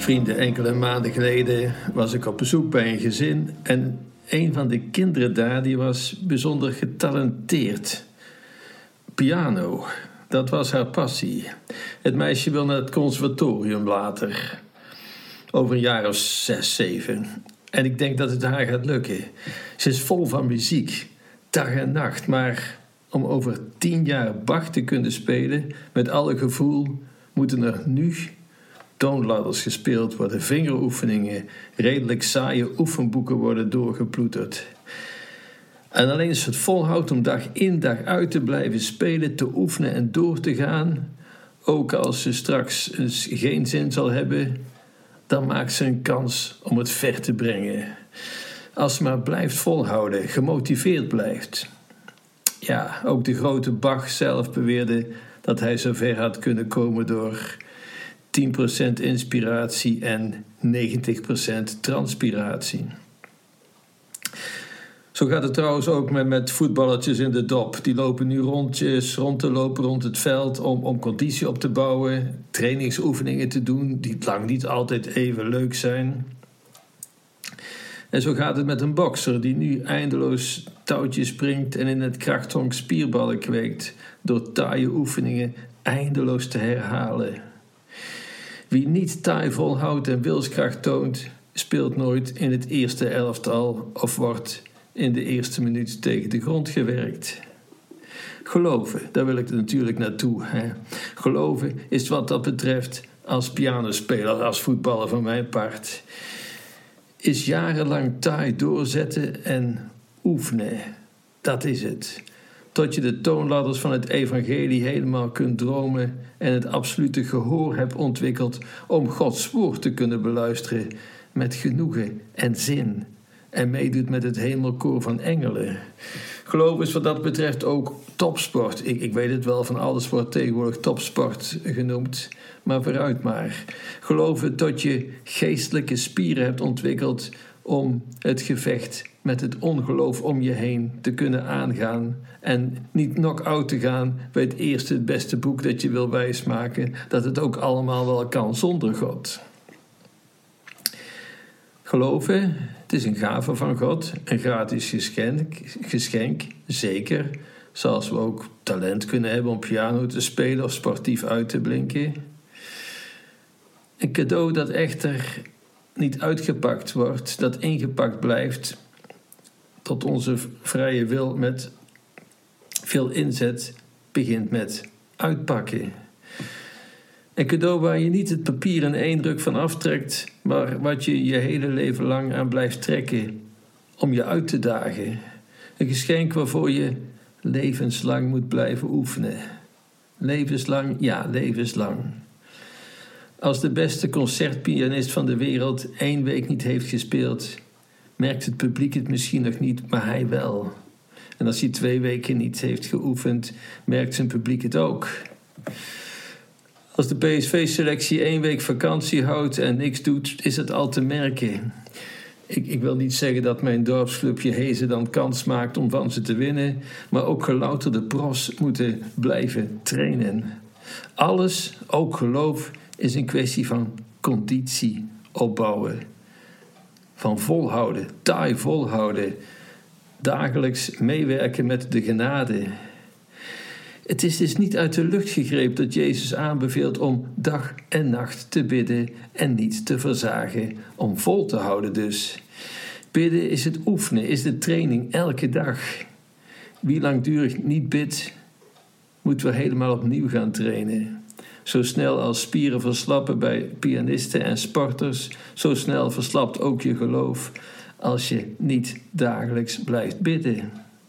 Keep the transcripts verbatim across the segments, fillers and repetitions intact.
Vrienden, enkele maanden geleden was ik op bezoek bij een gezin en een van de kinderen daar die was bijzonder getalenteerd. Piano, dat was haar passie. Het meisje wil naar het conservatorium later. Over een jaar of zes, zeven. En ik denk dat het haar gaat lukken. Ze is vol van muziek, dag en nacht. Maar om over tien jaar Bach te kunnen spelen, met alle gevoel, moeten er nu toonladders gespeeld worden, vingeroefeningen, redelijk saaie oefenboeken worden doorgeploeterd. En alleen als ze het volhoudt om dag in dag uit te blijven spelen, te oefenen en door te gaan, ook als ze straks eens geen zin zal hebben, dan maakt ze een kans om het ver te brengen. Als ze maar blijft volhouden, gemotiveerd blijft. Ja, ook de grote Bach zelf beweerde dat hij zo ver had kunnen komen door tien procent inspiratie en negentig procent transpiratie. Zo gaat het trouwens ook met, met voetballertjes in de dop. Die lopen nu rondjes rond te lopen rond het veld om, om conditie op te bouwen, trainingsoefeningen te doen die lang niet altijd even leuk zijn. En zo gaat het met een bokser die nu eindeloos touwtjes springt en in het krachthonk spierballen kweekt door taaie oefeningen eindeloos te herhalen. Wie niet taai volhoudt en wilskracht toont, speelt nooit in het eerste elftal of wordt in de eerste minuut tegen de grond gewerkt. Geloven, daar wil ik er natuurlijk naartoe. Hè. Geloven is wat dat betreft als pianospeler, als voetballer van mijn part, is jarenlang taai doorzetten en oefenen. Dat is het. Tot je de toonladders van het evangelie helemaal kunt dromen en het absolute gehoor hebt ontwikkeld om Gods woord te kunnen beluisteren met genoegen en zin en meedoet met het hemelkoor van engelen. Geloof is wat dat betreft ook topsport. Ik, ik weet het wel, van alles wordt tegenwoordig topsport genoemd, maar vooruit maar. Geloven tot je geestelijke spieren hebt ontwikkeld om het gevecht met het ongeloof om je heen te kunnen aangaan en niet knock-out te gaan bij het eerste, het beste boek dat je wil wijsmaken, dat het ook allemaal wel kan zonder God. Geloven, het is een gave van God, een gratis geschenk, geschenk, zeker, zoals we ook talent kunnen hebben om piano te spelen of sportief uit te blinken. Een cadeau dat echter niet uitgepakt wordt, dat ingepakt blijft tot onze vrije wil met veel inzet begint met uitpakken. Een cadeau waar je niet het papier in één druk van aftrekt, maar wat je je hele leven lang aan blijft trekken om je uit te dagen. Een geschenk waarvoor je levenslang moet blijven oefenen. Levenslang, ja, levenslang. Als de beste concertpianist van de wereld één week niet heeft gespeeld, merkt het publiek het misschien nog niet, maar hij wel. En als hij twee weken niet heeft geoefend, merkt zijn publiek het ook. Als de P S V-selectie één week vakantie houdt en niks doet, is het al te merken. Ik, ik wil niet zeggen dat mijn dorpsclubje Hezen dan kans maakt om van ze te winnen, maar ook gelouterde profs moeten blijven trainen. Alles, ook geloof, is een kwestie van conditie opbouwen. Van volhouden, taai volhouden. Dagelijks meewerken met de genade. Het is dus niet uit de lucht gegrepen dat Jezus aanbeveelt om dag en nacht te bidden en niet te verzagen, om vol te houden dus. Bidden is het oefenen, is de training elke dag. Wie langdurig niet bidt, moet weer helemaal opnieuw gaan trainen. Zo snel als spieren verslappen bij pianisten en sporters, zo snel verslapt ook je geloof als je niet dagelijks blijft bidden.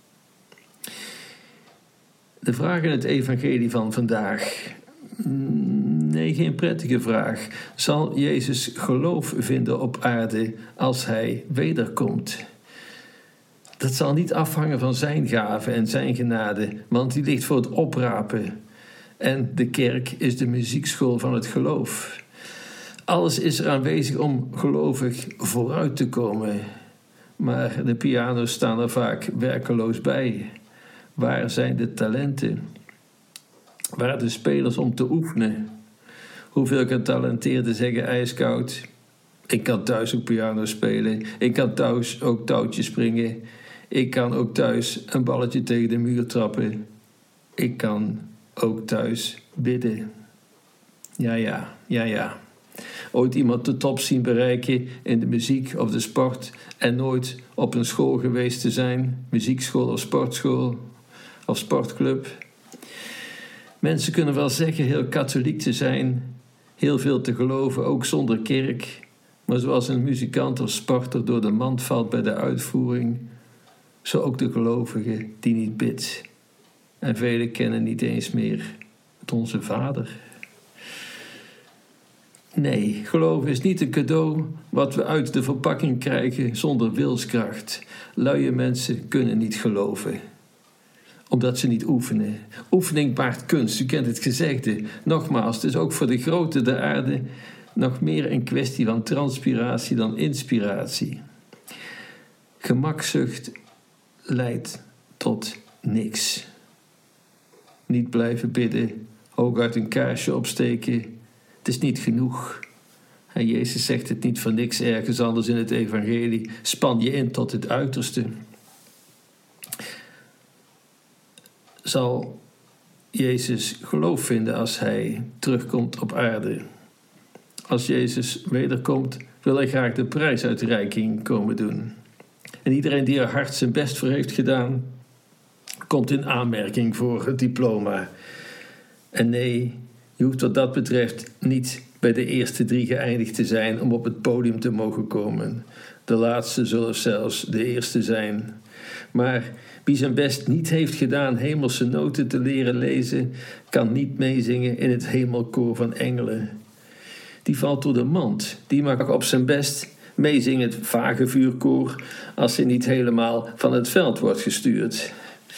De vraag in het evangelie van vandaag. Nee, geen prettige vraag. Zal Jezus geloof vinden op aarde als hij wederkomt? Dat zal niet afhangen van zijn gave en zijn genade, want die ligt voor het oprapen. En de kerk is de muziekschool van het geloof. Alles is er aanwezig om gelovig vooruit te komen. Maar de piano's staan er vaak werkeloos bij. Waar zijn de talenten? Waar de spelers om te oefenen? Hoeveel getalenteerden zeggen ijskoud: ik kan thuis ook piano spelen. Ik kan thuis ook touwtjes springen. Ik kan ook thuis een balletje tegen de muur trappen. Ik kan ook thuis bidden. Ja, ja, ja, ja. Ooit iemand de top zien bereiken in de muziek of de sport en nooit op een school geweest te zijn, muziekschool of sportschool of sportclub. Mensen kunnen wel zeggen heel katholiek te zijn, heel veel te geloven, ook zonder kerk, maar zoals een muzikant of sporter door de mand valt bij de uitvoering, zo ook de gelovige die niet bidt. En velen kennen niet eens meer het Onze Vader. Nee, geloven is niet een cadeau wat we uit de verpakking krijgen zonder wilskracht. Luie mensen kunnen niet geloven, omdat ze niet oefenen. Oefening baart kunst, u kent het gezegde. Nogmaals, het is ook voor de grote der aarde nog meer een kwestie van transpiratie dan inspiratie. Gemakzucht leidt tot niks. Niet blijven bidden, hooguit een kaarsje opsteken. Het is niet genoeg. En Jezus zegt het niet voor niks ergens anders in het evangelie. Span je in tot het uiterste. Zal Jezus geloof vinden als hij terugkomt op aarde? Als Jezus wederkomt, wil hij graag de prijsuitreiking komen doen. En iedereen die er hard zijn best voor heeft gedaan, komt in aanmerking voor het diploma. En nee, je hoeft wat dat betreft niet bij de eerste drie geëindigd te zijn om op het podium te mogen komen. De laatste zullen zelfs de eerste zijn. Maar wie zijn best niet heeft gedaan hemelse noten te leren lezen, kan niet meezingen in het hemelkoor van engelen. Die valt door de mand. Die mag op zijn best meezingen het vage vuurkoor als hij niet helemaal van het veld wordt gestuurd.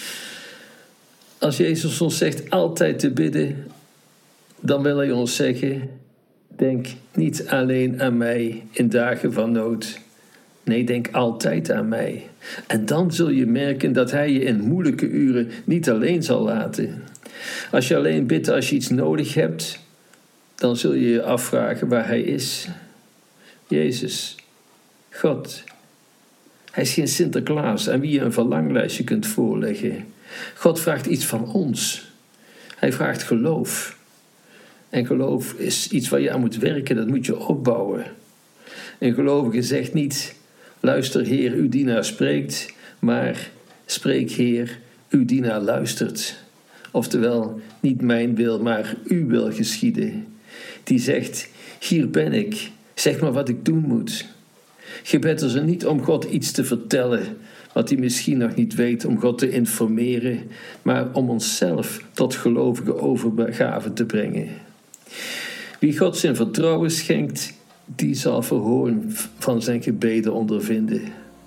Als Jezus ons zegt altijd te bidden, dan wil hij ons zeggen: denk niet alleen aan mij in dagen van nood. Nee, denk altijd aan mij. En dan zul je merken dat hij je in moeilijke uren niet alleen zal laten. Als je alleen bidt als je iets nodig hebt, dan zul je je afvragen waar hij is. Jezus, God. Hij is geen Sinterklaas aan wie je een verlanglijstje kunt voorleggen. God vraagt iets van ons. Hij vraagt geloof. En geloof is iets waar je aan moet werken, dat moet je opbouwen. Een gelovige zegt niet: luister Heer, uw dienaar spreekt, maar spreek Heer, uw dienaar luistert. Oftewel, niet mijn wil, maar uw wil geschieden. Die zegt: hier ben ik, zeg maar wat ik doen moet. Gebed is er niet om God iets te vertellen wat hij misschien nog niet weet, om God te informeren, maar om onszelf tot gelovige overgave te brengen. Wie God zijn vertrouwen schenkt, die zal verhoring van zijn gebeden ondervinden.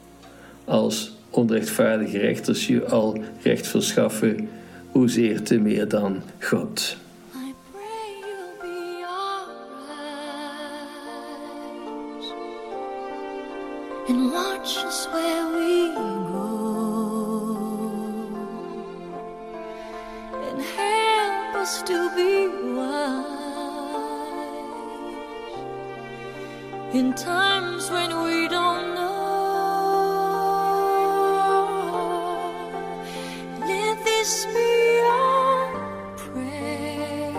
Als onrechtvaardige rechters je al recht verschaffen, hoezeer te meer dan God. And watch us where we go, and help us to be wise in times when we don't know. Let this be our prayer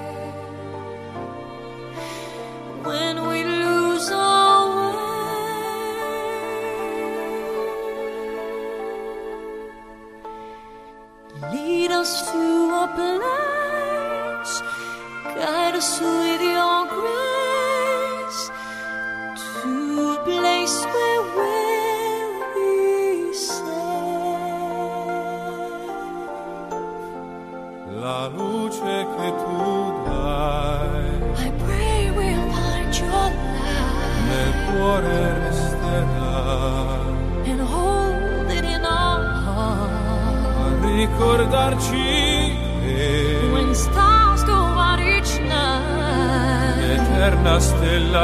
when we lose our way. Lead us to a place, guide us with your grace, to a place where we'll be safe. La luce che tu dai, I pray we'll find your light nel cuore resterà, and hold it in our heart. Ricordarci che When stars go out each night, eterna stella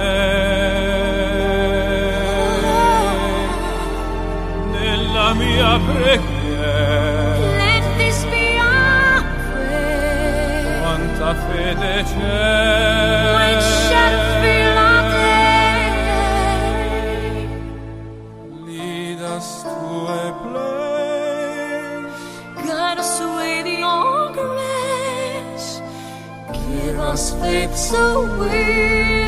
sei nella mia preghiera. let this be our prayer. Quanta fede Which c'è. shall fill our day. Lead us to a place. Guide us with your grace. Give us faith so we